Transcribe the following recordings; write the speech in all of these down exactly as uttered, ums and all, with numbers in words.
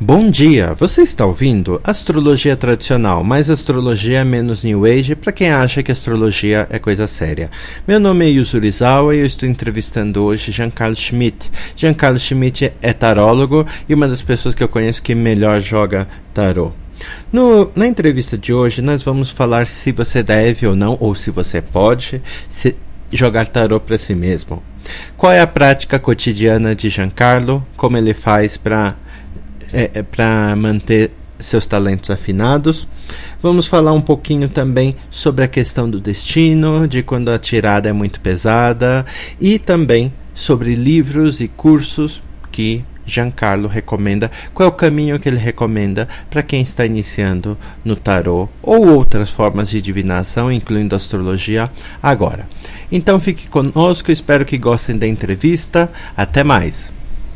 Bom dia, você está ouvindo Astrologia Tradicional, mais astrologia menos New Age para quem acha que astrologia é coisa séria. Meu nome é Yuzuru Izawa e eu estou entrevistando hoje Giancarlo Schmidt. Giancarlo Schmidt é tarólogo e uma das pessoas que eu conheço que melhor joga tarô. No, na entrevista de hoje nós vamos falar se você deve ou não, ou se você pode, se, jogar tarô para si mesmo. Qual é a prática cotidiana de Giancarlo, como ele faz para É, é para manter seus talentos afinados. Vamos falar um pouquinho também sobre a questão do destino, de quando a tirada é muito pesada, e também sobre livros e cursos que Giancarlo recomenda. Qual é o caminho que ele recomenda para quem está iniciando no tarô ou outras formas de divinação, incluindo astrologia, agora. Então fique conosco, espero que gostem da entrevista. Até mais!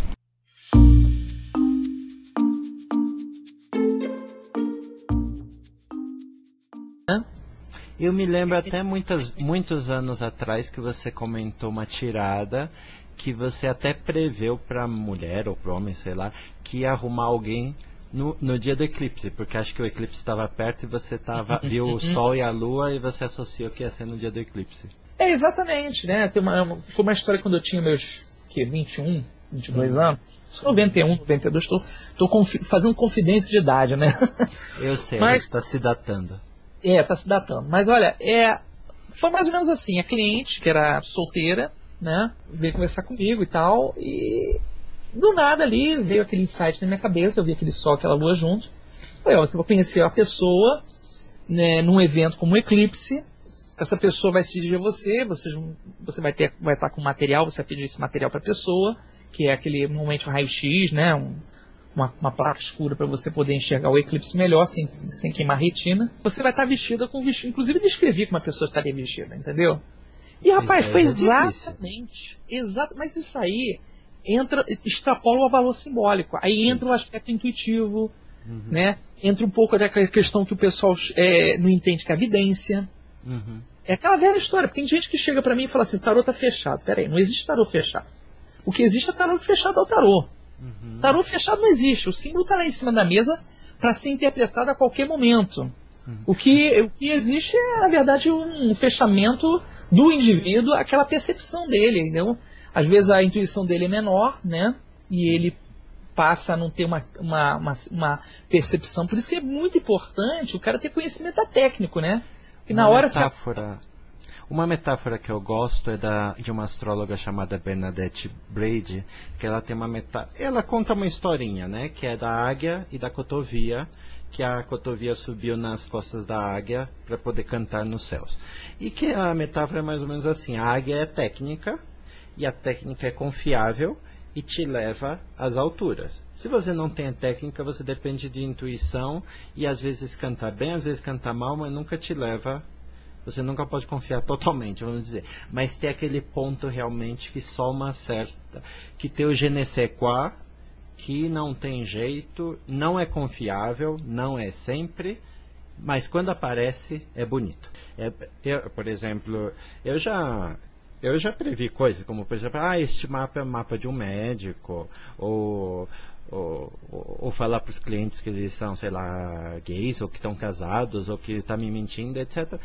Eu me lembro até muitas, muitos anos atrás que você comentou uma tirada que você até preveu para mulher ou para homem, sei lá, que ia arrumar alguém no, no dia do eclipse, porque acho que o eclipse estava perto e você tava, viu o Sol e a Lua e você associou que ia ser no dia do eclipse. É, exatamente, né? Tem uma, foi uma história quando eu tinha meus que, vinte e um, vinte e dois hum. anos. noventa e um, noventa e dois, estou confi- fazendo confidência de idade, né? Eu sei, mas está se datando. É, tá se datando. Mas olha, é, foi mais ou menos assim. A cliente, que era solteira, né, veio conversar comigo e tal. E do nada ali veio aquele insight na minha cabeça. Eu vi aquele sol, aquela lua junto. Falei, ó, você vai conhecer a pessoa, né, num evento como o Eclipse. Essa pessoa vai se dirigir a você. Você, você vai, ter, vai estar com material, você vai pedir esse material para a pessoa, que é aquele, normalmente um raio-x, né, um, Uma, uma placa escura para você poder enxergar o eclipse melhor, sem, sem queimar retina. Você vai estar vestida com vestido. Inclusive descrevi como a pessoa estaria vestida, entendeu? E rapaz, foi exatamente. Exato, mas isso aí entra, extrapola o valor simbólico. Aí entra o aspecto intuitivo, uhum. né? Entra um pouco daquela questão que o pessoal é, não entende, que é a evidência. Uhum. É aquela velha história, porque tem gente que chega para mim e fala assim, tarô tá fechado. Peraí, não existe tarô fechado. O que existe é tarô fechado ao tarô. Uhum. Tarô fechado não existe. O símbolo está lá em cima da mesa para ser interpretado a qualquer momento. Uhum. O, que, o que existe é, na verdade, um fechamento do indivíduo, aquela percepção dele. Entendeu? Às vezes a intuição dele é menor, né? E ele passa a não ter uma, uma, uma, uma percepção. Por isso que é muito importante o cara ter conhecimento técnico, né? E na hora metáfora. Você... Uma metáfora que eu gosto é da, de uma astróloga chamada Bernadette Brady, que ela tem uma metáfora, ela conta uma historinha, né, que é da águia e da cotovia, que a cotovia subiu nas costas da águia para poder cantar nos céus. E que a metáfora é mais ou menos assim, a águia é técnica, e a técnica é confiável e te leva às alturas. Se você não tem a técnica, você depende de intuição, e às vezes canta bem, às vezes canta mal, mas nunca te leva. Você nunca pode confiar totalmente, vamos dizer. Mas tem aquele ponto realmente que só uma certa... Que tem o je ne sais quoi, que não tem jeito, não é confiável, não é sempre, mas quando aparece é bonito. É, eu, por exemplo, eu já... Eu já previ coisas, como por exemplo, ah, este mapa é o mapa de um médico, ou... Ou, ou, ou falar para os clientes que eles são, sei lá, gays, ou que estão casados, ou que está me mentindo, etcétera.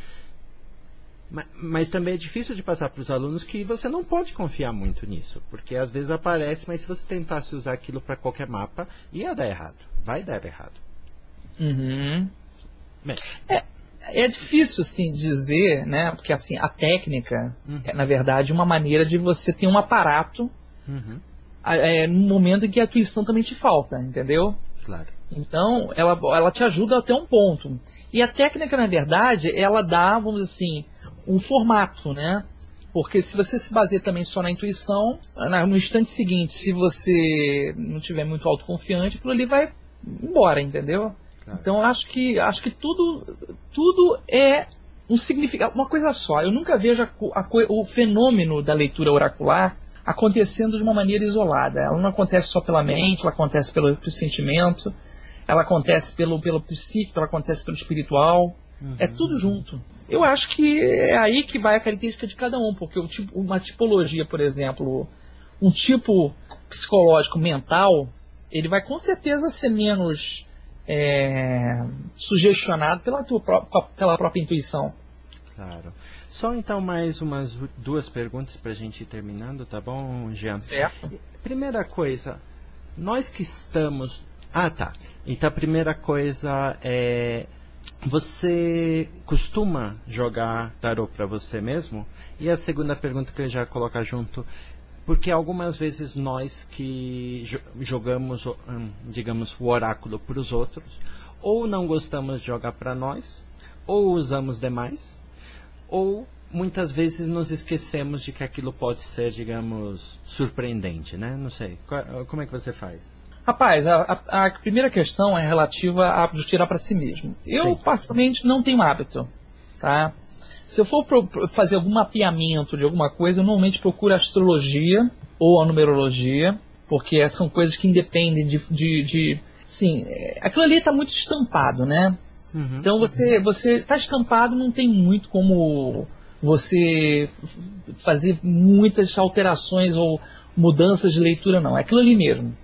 Mas, mas também é difícil de passar para os alunos que você não pode confiar muito nisso, porque às vezes aparece, mas se você tentasse usar aquilo para qualquer mapa, ia dar errado, vai dar errado. Uhum. Bem, é, é difícil sim dizer, né? Porque assim, a técnica uhum. é na verdade uma maneira de você ter um aparato uhum. é, no momento em que a intuição também te falta, entendeu? Claro. Então, ela, ela te ajuda até um ponto. E a técnica, na verdade, ela dá, vamos dizer assim, um formato, né? Porque se você se baseia também só na intuição, no instante seguinte, se você não tiver muito autoconfiante, aquilo ali vai embora, entendeu? Claro. Então, eu acho que, acho que tudo, tudo é um significado, uma coisa só. Eu nunca vejo a, a, o fenômeno da leitura oracular acontecendo de uma maneira isolada. Ela não acontece só pela mente, ela acontece pelo, pelo sentimento, ela acontece pelo, pelo psíquico, ela acontece pelo espiritual. Uhum. É tudo junto. Eu acho que é aí que vai a característica de cada um, porque o tipo, uma tipologia, por exemplo, um tipo psicológico mental ele vai com certeza ser menos é, sugestionado pela, tua, pela própria intuição. Claro. Só então mais umas duas perguntas para a gente ir terminando, tá bom, Jean? Certo. Primeira coisa, nós que estamos... Ah, tá. Então a primeira coisa é... Você costuma jogar tarô para você mesmo? E a segunda pergunta que eu já colocar junto... Porque algumas vezes nós que jogamos, digamos, o oráculo para os outros, ou não gostamos de jogar para nós, ou usamos demais, ou muitas vezes nos esquecemos de que aquilo pode ser, digamos, surpreendente, né? Não sei. Como é que você faz? Rapaz, a, a, a primeira questão é relativa a tirar para si mesmo. Eu, Sim. particularmente, não tenho hábito, tá? Se eu for pro, fazer algum mapeamento de alguma coisa, eu normalmente procuro a astrologia ou a numerologia, porque são coisas que independem de... de, de sim, aquilo ali está muito estampado, né? Uhum, então você uhum. você está estampado, não tem muito como você fazer muitas alterações ou mudanças de leitura, não. É aquilo ali mesmo.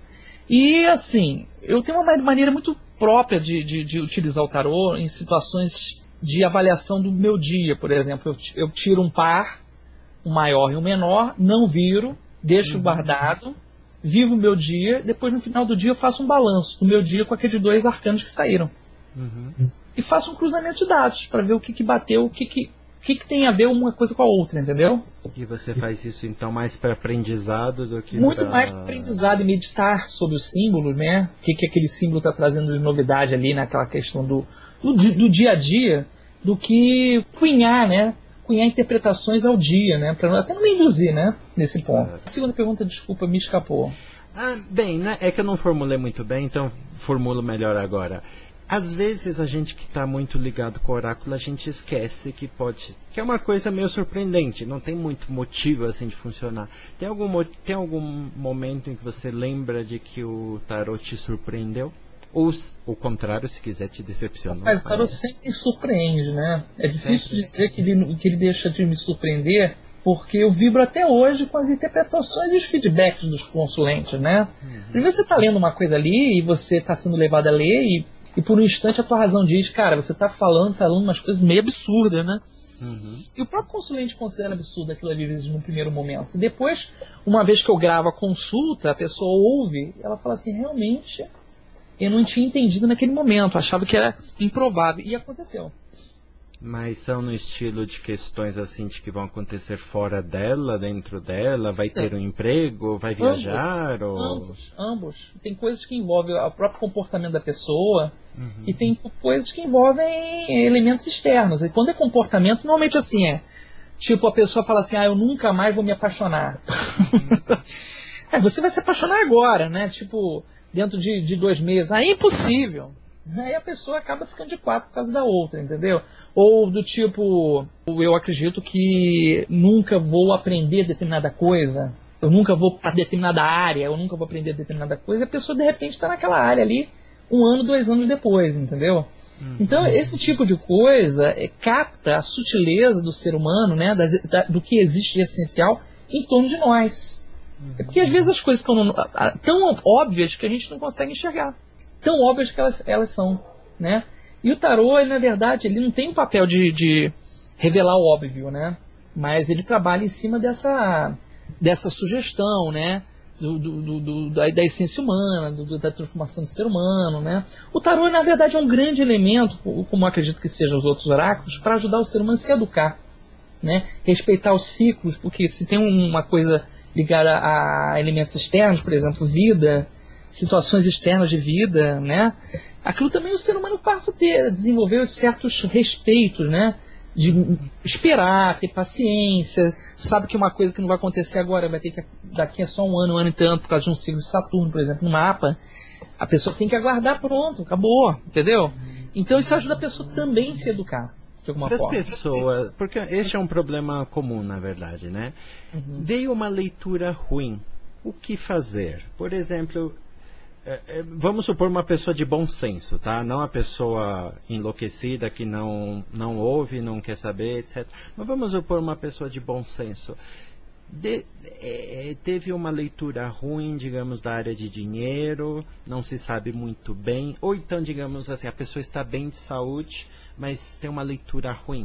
E assim, eu tenho uma maneira muito própria de, de, de utilizar o tarô em situações de avaliação do meu dia, por exemplo. Eu, eu tiro um par, um maior e um menor, não viro, deixo uhum. guardado, vivo o meu dia, depois no final do dia eu faço um balanço do meu dia com aqueles dois arcanos que saíram. Uhum. E faço um cruzamento de dados para ver o que, que bateu, o que, que, o que, que tem a ver uma coisa com a outra, entendeu? E você faz isso então mais para aprendizado do que Muito pra... mais para aprendizado e meditar sobre os símbolos, né? O que, que aquele símbolo está trazendo de novidade ali naquela questão do, do, do dia a dia, do que cunhar, né? Cunhar interpretações ao dia, né? Para até não me induzir, né? Nesse ponto. A segunda pergunta, desculpa, me escapou. Ah, bem, né? É que eu não formulei muito bem, então formulo melhor agora. Às vezes a gente que está muito ligado com o oráculo, a gente esquece que pode... Que é uma coisa meio surpreendente, não tem muito motivo assim de funcionar. Tem algum, tem algum momento em que você lembra de que o tarô te surpreendeu? Ou o contrário, se quiser, te decepcionou? Mas o tarô sempre me surpreende, né? É difícil sempre. dizer que ele, que ele deixa de me surpreender, porque eu vibro até hoje com as interpretações e os feedbacks dos consulentes, né? Uhum. Às vezes você está lendo uma coisa ali e você está sendo levado a ler e E por um instante a tua razão diz, cara, você está falando, falando umas coisas meio absurdas, né? Uhum. E o próprio consulente considera absurdo aquilo ali, às vezes, no primeiro momento. E depois, uma vez que eu gravo a consulta, a pessoa ouve, ela fala assim, realmente, eu não tinha entendido naquele momento, achava que era improvável. E aconteceu. Mas são no estilo de questões assim de que vão acontecer fora dela, dentro dela, vai ter é. um emprego, vai viajar? Ambos, ou... ambos, ambos. Tem coisas que envolvem o próprio comportamento da pessoa uhum. e tem coisas que envolvem elementos externos. E quando é comportamento, normalmente assim é, tipo a pessoa fala assim, ah, eu nunca mais vou me apaixonar. Uhum. é, você vai se apaixonar agora, né? Tipo, dentro de, de dois meses. Ah, é impossível. Aí a pessoa acaba ficando de quatro por causa da outra, entendeu? Ou do tipo, eu acredito que nunca vou aprender determinada coisa, eu nunca vou para determinada área, eu nunca vou aprender determinada coisa, e a pessoa de repente está naquela área ali um ano, dois anos depois, entendeu? Uhum. Então esse tipo de coisa é, capta a sutileza do ser humano, né, das, da, do que existe de essencial em torno de nós. Uhum. É porque às vezes as coisas estão tão óbvias que a gente não consegue enxergar. Tão óbvias que elas, elas são, né? E o tarô, ele, na verdade, ele não tem um papel de, de revelar o óbvio, né? Mas ele trabalha em cima dessa, dessa sugestão, né? Do, do, do, do, da, da essência humana, do, da transformação do ser humano, né? O tarô, na verdade, é um grande elemento, como eu acredito que sejam os outros oráculos, para ajudar o ser humano a se educar, né? Respeitar os ciclos, porque se tem uma coisa ligada a elementos externos, por exemplo, vida, situações externas de vida, né? Aquilo também o ser humano passa a ter, a desenvolver certos respeitos, né? De esperar, ter paciência, sabe que uma coisa que não vai acontecer agora, vai ter que daqui a só um ano, um ano e tanto, por causa de um ciclo de Saturno, por exemplo, no mapa, a pessoa tem que aguardar, pronto, acabou, entendeu? Então isso ajuda a pessoa também a se educar. De alguma forma. Para as pessoas, porque este é um problema comum, na verdade, né? Uhum. Veio uma leitura ruim, o que fazer? Por exemplo, vamos supor uma pessoa de bom senso, tá? Não a pessoa enlouquecida que não, não ouve, não quer saber, etcétera. Mas vamos supor uma pessoa de bom senso. de, é, teve uma leitura ruim, digamos, da área de dinheiro, não se sabe muito bem, ou então, digamos assim, a pessoa está bem de saúde, mas tem uma leitura ruim.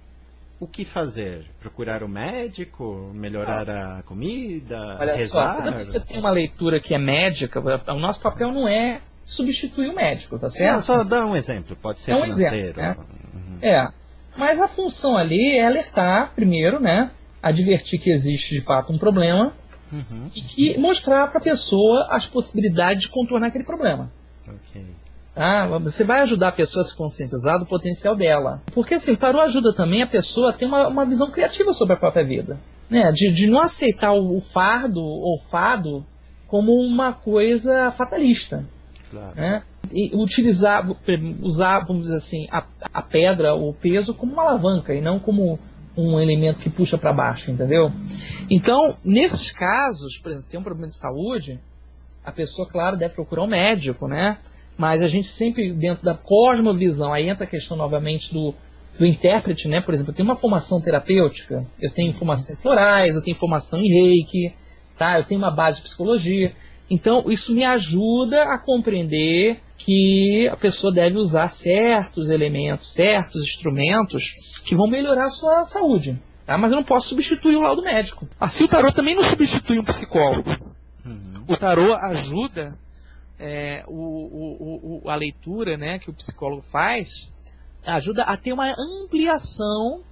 O que fazer? Procurar o médico? Melhorar ah. a comida? Olha rezar? só, quando você tem uma leitura que é médica, o nosso papel não é substituir o médico, tá certo? Não, só dá um exemplo, pode ser é um financeiro. Exemplo, né? Uhum. É, mas a função ali é alertar primeiro, né? Advertir que existe de fato um problema uhum. e que mostrar para a pessoa as possibilidades de contornar aquele problema. Ok. Ah, você vai ajudar a pessoa a se conscientizar do potencial dela. Porque assim, o tarô ajuda também a pessoa a ter uma, uma visão criativa sobre a própria vida. Né? De, de não aceitar o, o fardo ou fado como uma coisa fatalista. Claro. Né? E utilizar, usar, vamos dizer assim, a, a pedra ou o peso como uma alavanca e não como um elemento que puxa para baixo, entendeu? Então, nesses casos, por exemplo, se é um problema de saúde, a pessoa, claro, deve procurar um médico, né? Mas a gente sempre, dentro da cosmovisão, aí entra a questão novamente do, do intérprete, né? Por exemplo, eu tenho uma formação terapêutica, eu tenho formação em florais, eu tenho formação em reiki, tá? Eu tenho uma base de psicologia. Então, isso me ajuda a compreender que a pessoa deve usar certos elementos, certos instrumentos que vão melhorar a sua saúde. Tá? Mas eu não posso substituir o laudo médico. Assim, o tarô também não substitui um psicólogo. Uhum. O tarô ajuda... É, o, o, o, a leitura, né, que o psicólogo faz ajuda a ter uma ampliação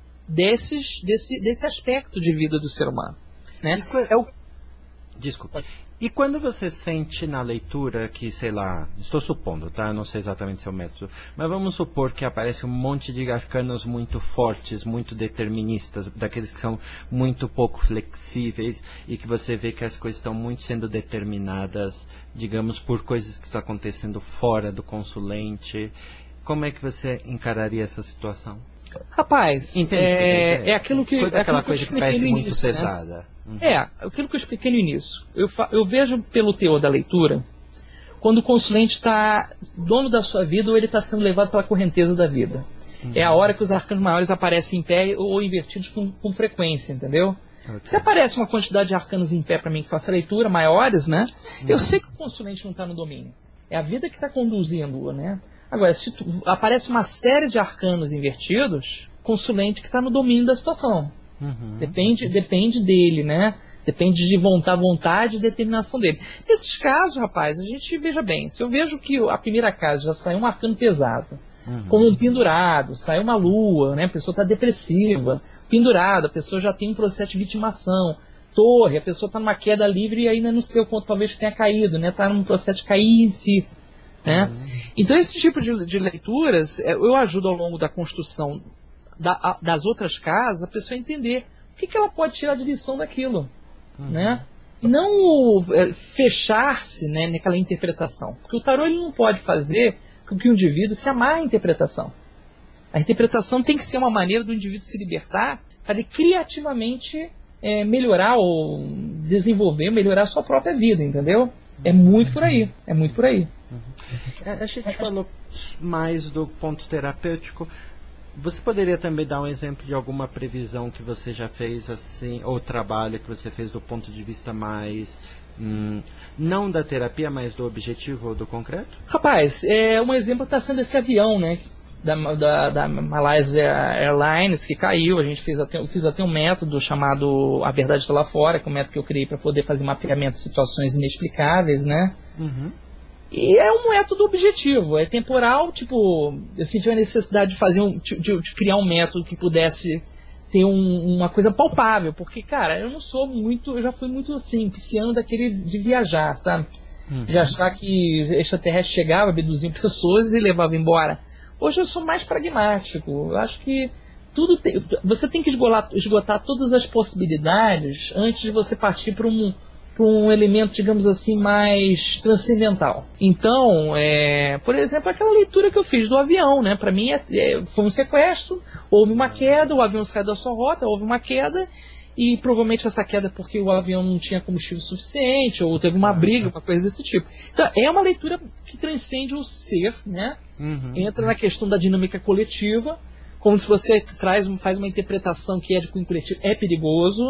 desses, desse, desse aspecto de vida do ser humano, né? É o... Desculpa. E quando você sente na leitura que, sei lá, estou supondo, tá? Não sei exatamente seu método, mas vamos supor que aparece um monte de arcanos muito fortes, muito deterministas, daqueles que são muito pouco flexíveis e que você vê que as coisas estão muito sendo determinadas, digamos, por coisas que estão acontecendo fora do consulente. Como é que você encararia essa situação? Rapaz, é, é aquilo que... Coisa, é aquela aquilo coisa que, que parece muito início, pesada. Né? Uhum. É, aquilo que eu expliquei no início. Eu, fa, eu vejo pelo teor da leitura, quando o consulente está dono da sua vida ou ele está sendo levado pela correnteza da vida. Uhum. É a hora que os arcanos maiores aparecem em pé ou invertidos com, com frequência, entendeu? Okay. Se aparece uma quantidade de arcanos em pé para mim que faça leitura, maiores, né? Uhum. Eu sei que o consulente não está no domínio. É a vida que está conduzindo, né? Agora, se tu, aparece uma série de arcanos invertidos, consulente que está no domínio da situação. Uhum. Depende, depende dele, né? Depende de vontade, vontade e determinação dele. Nesses casos, rapaz, a gente veja bem. Se eu vejo que a primeira casa já saiu um arcano pesado, uhum. como um pendurado, saiu uma lua, né? A pessoa está depressiva, pendurado, a pessoa já tem um processo de vitimação, torre, a pessoa está numa queda livre e ainda não se deu conta, talvez tenha caído, né? Está num processo de cair em si. Né? Uhum. Então esse tipo de, de leituras eu ajudo ao longo da construção da, a, das outras casas a pessoa a entender o que, que ela pode tirar de lição daquilo, uhum. né? E não é, fechar-se, né, naquela interpretação, porque o tarô ele não pode fazer com que o indivíduo se amarre à interpretação. A interpretação tem que ser uma maneira do indivíduo se libertar para ele criativamente é, melhorar ou desenvolver, melhorar a sua própria vida, entendeu? É muito por aí, é muito por aí. Uhum. A gente falou mais do ponto terapêutico. Você poderia também dar um exemplo de alguma previsão que você já fez assim, ou trabalho que você fez do ponto de vista mais hum, não da terapia, mas do objetivo ou do concreto? Rapaz, é, um exemplo está sendo esse avião, né? Da, da, da Malaysia Airlines que caiu. A gente fez até, eu fiz até um método chamado A Verdade Está Lá Fora, que é um método que eu criei para poder fazer mapeamento de situações inexplicáveis, né? Uhum. E é um método objetivo, é temporal, tipo, eu senti a necessidade de fazer um, de, de criar um método que pudesse ter um, uma coisa palpável, porque, cara, eu não sou muito, eu já fui muito assim, pisciano daquele de viajar, sabe? Uhum. De achar que extraterrestre chegava, abduziam pessoas e levava embora. Hoje eu sou mais pragmático, eu acho que tudo tem, você tem que esgotar, esgotar todas as possibilidades antes de você partir para um um elemento, digamos assim, mais transcendental. Então, é, por exemplo, aquela leitura que eu fiz do avião, né? Para mim é, é, foi um sequestro, houve uma queda, o avião saiu da sua rota, houve uma queda, e provavelmente essa queda é porque o avião não tinha combustível suficiente, ou teve uma briga, uma coisa desse tipo. Então, é uma leitura que transcende o ser, né? Uhum. Entra na questão da dinâmica coletiva, como se você traz, faz uma interpretação que é de cunho coletivo, é perigoso,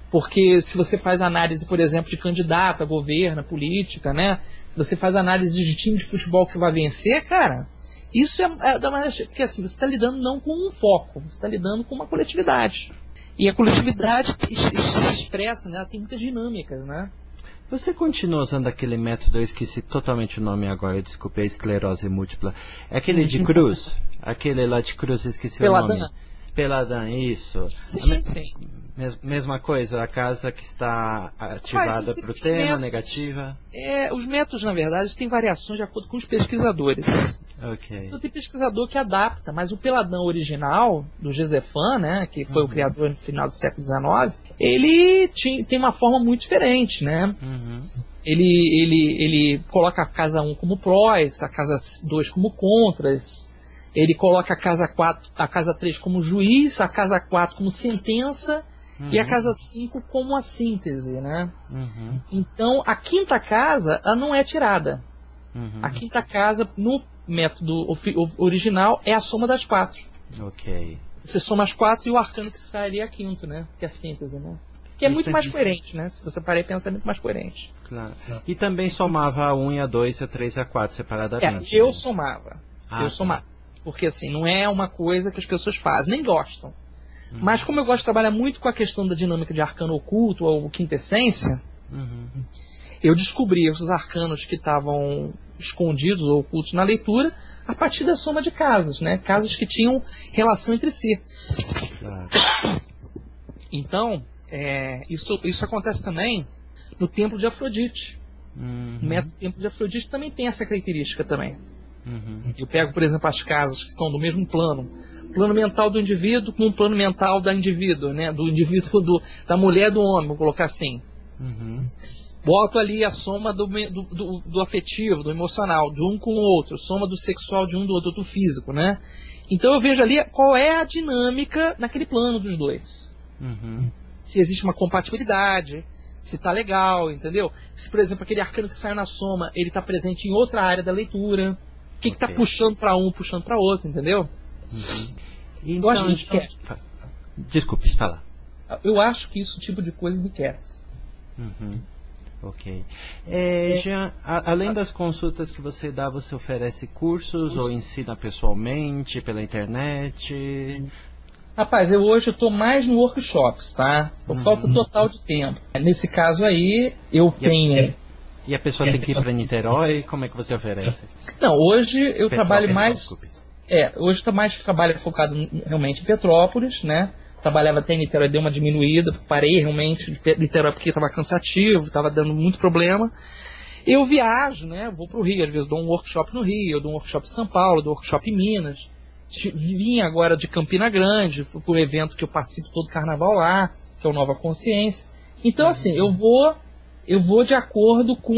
Porque se você faz análise, por exemplo, de candidato a governo, a política, né? Se você faz análise de time de futebol que vai vencer, cara, isso é, é da maneira. Porque assim, você está lidando não com um foco, você está lidando com uma coletividade. E a coletividade se expressa, né? Ela tem muitas dinâmicas, né? Você continua usando aquele método, eu esqueci totalmente o nome agora, desculpe, a esclerose múltipla. É aquele de cruz? Aquele lá de cruz, eu esqueci Peladan. o nome. Peladan, isso. Sim, me sim. Mes mesma coisa, a casa que está ativada para o tema, métodos, negativa. É, os métodos, na verdade, têm variações de acordo com os pesquisadores. Ok. Então, tem pesquisador que adapta, mas o Peladan original, do Gesefan, né, que foi uhum. o criador no final do século dezenove, ele tinha, tem uma forma muito diferente, né? Uhum. Ele, ele, ele coloca a casa um como prós, a casa dois como contras. Ele coloca a casa quatro, a casa três como juiz, a casa quatro como sentença, uhum. e a casa cinco como a síntese, né? Uhum. Então, a quinta casa, ela não é tirada. Uhum. A quinta casa, no método original, é a soma das quatro. Ok. Você soma as quatro e o arcano que sai ali é a quinta, né? Que é a síntese, né? Que é Isso muito é... mais coerente, né? Se você parar e pensar, é muito mais coerente. Claro. E também somava a um, a dois, a três e a quatro separadamente. É, eu né? somava. Ah, eu tá. somava. Porque assim, não é uma coisa que as pessoas fazem, nem gostam. Uhum. Mas como eu gosto de trabalhar muito com a questão da dinâmica de arcano oculto ou quintessência, uhum. eu descobri os arcanos que estavam escondidos ou ocultos na leitura a partir da soma de casas, né? Casas que tinham relação entre si. Claro. Então, é, isso, isso acontece também no Templo de Afrodite. Uhum. O método do Templo de Afrodite também tem essa característica também. Uhum. Eu pego, por exemplo, as casas que estão do mesmo plano. Plano mental do indivíduo com o plano mental da indivíduo, né? Do indivíduo, do, da mulher e do homem, vou colocar assim. Uhum. Boto ali a soma do, do, do, do afetivo, do emocional, de um com o outro. Soma do sexual de um do outro, do físico, né? Então eu vejo ali qual é a dinâmica naquele plano dos dois. Uhum. Se existe uma compatibilidade, se tá legal, entendeu? Se, por exemplo, aquele arcano que saiu na soma, ele tá presente em outra área da leitura. O que, okay. que tá puxando para um, puxando para outro, entendeu? Uhum. Então, eu acho que enriquece. Desculpe, fala. Eu acho que esse tipo de coisa enriquece. Uhum. Ok. É, já, a, além das consultas que você dá, você oferece cursos Isso. ou ensina pessoalmente, pela internet? Rapaz, eu hoje estou mais no workshops, tá? Por uhum. falta total de tempo. Nesse caso aí, eu e tenho... A, e a pessoa tem que ir para Niterói? Como é que você oferece? Não, hoje eu Petrópolis, trabalho mais... Desculpe. É, hoje está mais trabalho focado realmente em Petrópolis, né? Trabalhava até em Niterói, deu uma diminuída, parei realmente de Niterói porque estava cansativo, estava dando muito problema. Eu viajo, né? Vou para o Rio, às vezes dou um workshop no Rio, eu dou um workshop em São Paulo, dou um workshop em Minas. Vim agora de Campina Grande, para o evento que eu participo todo carnaval lá, que é o Nova Consciência. Então, assim, eu vou, eu vou de acordo com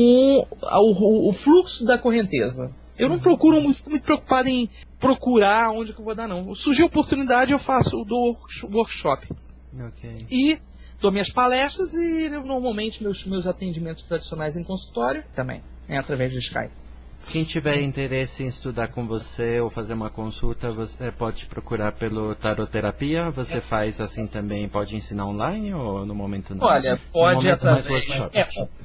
o, o fluxo da correnteza. Eu não procuro muito, fico muito preocupado em procurar onde que eu vou dar, não. Surgiu oportunidade, eu faço o workshop. Okay. E dou minhas palestras e normalmente meus, meus atendimentos tradicionais em consultório também, né, através do Skype. Quem tiver interesse em estudar com você ou fazer uma consulta, você pode procurar pelo Taroterapia. Você é. faz assim também, pode ensinar online ou no momento não? Olha, pode através... É,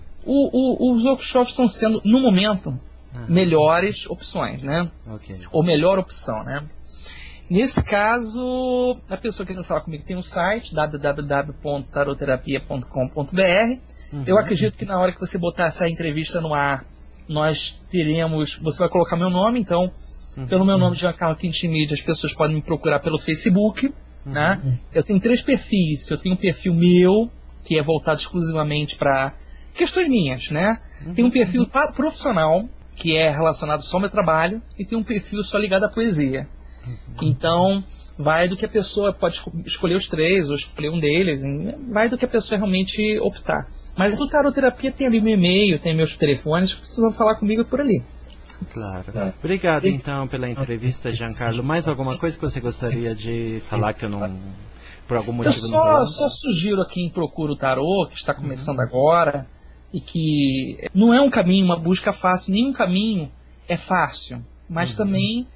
o, o, os workshops estão sendo, no momento... Uhum. melhores opções, né? Okay. Ou melhor opção, né? Nesse caso, a pessoa que quer falar comigo tem um site w w w ponto taroterapia ponto com ponto b r. Uhum. Eu acredito que na hora que você botar essa entrevista no ar, nós teremos... Você vai colocar meu nome, então, uhum. pelo meu nome, Giancarlo Quintimidi, as pessoas podem me procurar pelo Facebook, uhum. né? Eu tenho três perfis. Eu tenho um perfil meu, que é voltado exclusivamente para questões minhas, né? Uhum. Tem um perfil profissional, que é relacionado só ao meu trabalho, e tem um perfil só ligado à poesia. Uhum. Então, vai do que a pessoa pode escolher os três, ou escolher um deles, vai do que a pessoa realmente optar. Mas o Taroterapia tem ali meu e-mail, tem meus telefones, precisam falar comigo por ali. Claro. Obrigado, então, pela entrevista, Giancarlo. Mais alguma coisa que você gostaria de falar que eu não... Por algum motivo eu só, não falou? só sugiro a quem procura o tarô, que está começando uhum. agora... E que não é um caminho, uma busca fácil, nenhum caminho é fácil, mas uhum. também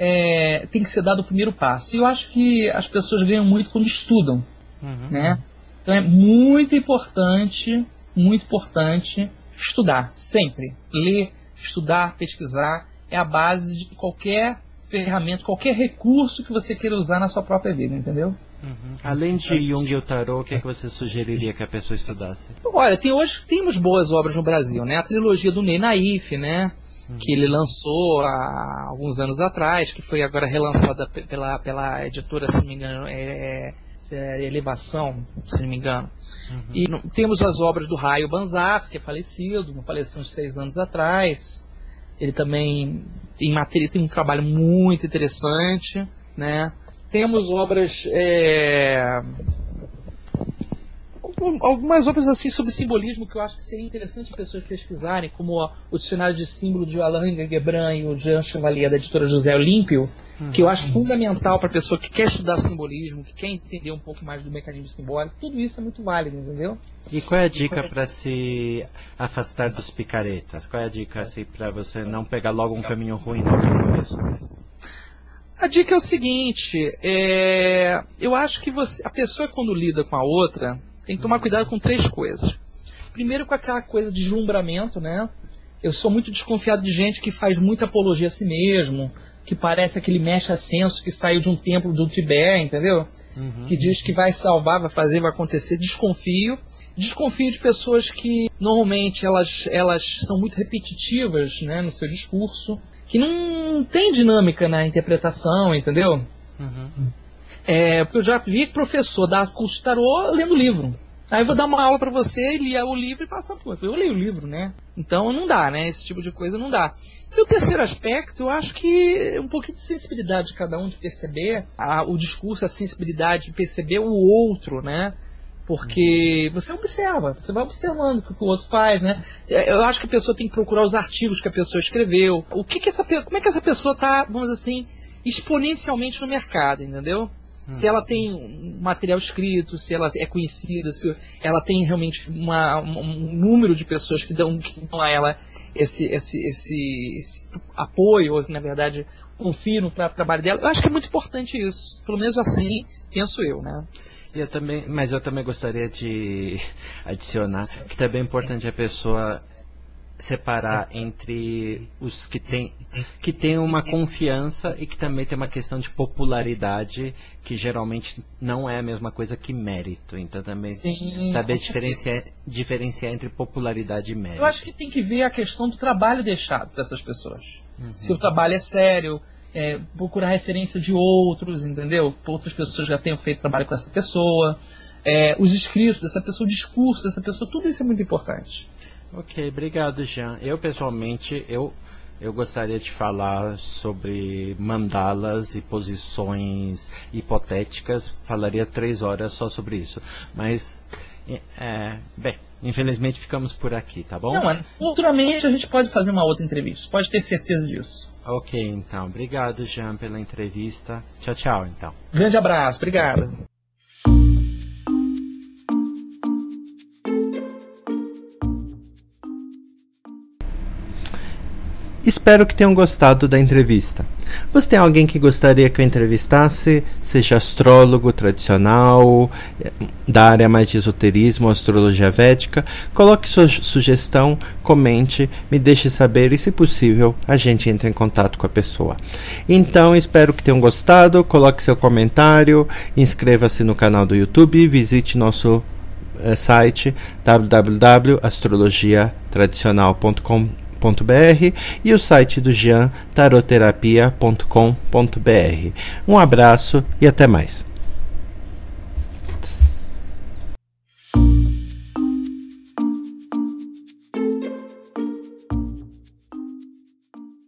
é, tem que ser dado o primeiro passo. E eu acho que as pessoas ganham muito quando estudam, uhum. né? Então é muito importante, muito importante estudar, sempre. Ler, estudar, pesquisar, é a base de qualquer ferramenta, qualquer recurso que você queira usar na sua própria vida, entendeu? Uhum. Além de Jung e o Tarot, o que, é que você sugeriria que a pessoa estudasse? Olha, tem, hoje temos boas obras no Brasil, né? A trilogia do Ney Naif, né? Uhum. Que ele lançou há alguns anos atrás, que foi agora relançada pela, pela editora, se não me engano, é, é Elevação, se não me engano. Uhum. E no, temos as obras do Raio Banzaf, que é falecido, faleceu uns seis anos atrás. Ele também tem, matéria, tem um trabalho muito interessante, né? Temos obras, é, algumas obras assim sobre simbolismo que eu acho que seria interessante as pessoas pesquisarem, como ó, o Dicionário de Símbolo de Alain Gebran e o Jean Chevalier da editora José Olímpio, uhum. que eu acho fundamental para a pessoa que quer estudar simbolismo, que quer entender um pouco mais do mecanismo simbólico. Tudo isso é muito válido, entendeu? E qual é a dica para se afastar dos picaretas? Qual é a dica assim, para você não pegar logo um caminho ruim no começo? A dica é o seguinte, é, eu acho que você, a pessoa quando lida com a outra tem que tomar cuidado com três coisas. Primeiro com aquela coisa de deslumbramento, né? Eu sou muito desconfiado de gente que faz muita apologia a si mesmo, que parece aquele mexe ascenso que saiu de um templo do Tibete, entendeu? Uhum. Que diz que vai salvar, vai fazer, vai acontecer. Desconfio. Desconfio de pessoas que normalmente elas, elas são muito repetitivas, né, no seu discurso, que não tem dinâmica na interpretação, entendeu? Uhum. É, porque eu já vi professor dar curso de tarô lendo livro. Aí eu vou dar uma aula pra você, lia o livro e passa por. Eu leio o livro, né? Então não dá, né? Esse tipo de coisa não dá. E o terceiro aspecto, eu acho que é um pouquinho de sensibilidade de cada um, de perceber a, o discurso, a sensibilidade de perceber o outro, né? Porque você observa, você vai observando o que o outro faz, né? Eu acho que a pessoa tem que procurar os artigos que a pessoa escreveu. O que que essa, como é que essa pessoa está, vamos dizer assim, exponencialmente no mercado, entendeu? Se ela tem um material escrito, se ela é conhecida, se ela tem realmente uma, um número de pessoas que dão, que dão a ela esse, esse, esse, esse apoio, ou que na verdade confiam no trabalho dela. Eu acho que é muito importante isso. Pelo menos assim, penso eu, né? Eu também, mas eu também gostaria de adicionar que também é importante a pessoa separar entre os que têm que tem uma confiança e que também tem uma questão de popularidade, que geralmente não é a mesma coisa que mérito. Então também Sim, saber diferenciar, diferenciar entre popularidade e mérito. Eu acho que tem que ver a questão do trabalho deixado dessas pessoas. Uhum. Se o trabalho é sério, é, procurar referência de outros, entendeu? Outras pessoas já tenham feito trabalho com essa pessoa, é, os escritos dessa pessoa, o discurso dessa pessoa, tudo isso é muito importante. Ok, obrigado, Jean. Eu, pessoalmente, eu, eu gostaria de falar sobre mandalas e posições hipotéticas. Falaria três horas só sobre isso. Mas, é, bem, infelizmente ficamos por aqui, tá bom? Não, futuramente a gente pode fazer uma outra entrevista. Pode ter certeza disso. Ok, então. Obrigado, Jean, pela entrevista. Tchau, tchau, então. Grande abraço. Obrigado. Espero que tenham gostado da entrevista. Você tem alguém que gostaria que eu entrevistasse, seja astrólogo tradicional, da área mais de esoterismo, astrologia védica? Coloque sua sugestão, comente, me deixe saber e, se possível, a gente entra em contato com a pessoa. Então, espero que tenham gostado, coloque seu comentário, inscreva-se no canal do YouTube, visite nosso eh, site w w w ponto astrologia tradicional ponto com ponto b r e o site do Jean, taroterapia ponto com ponto b r. Um abraço e até mais.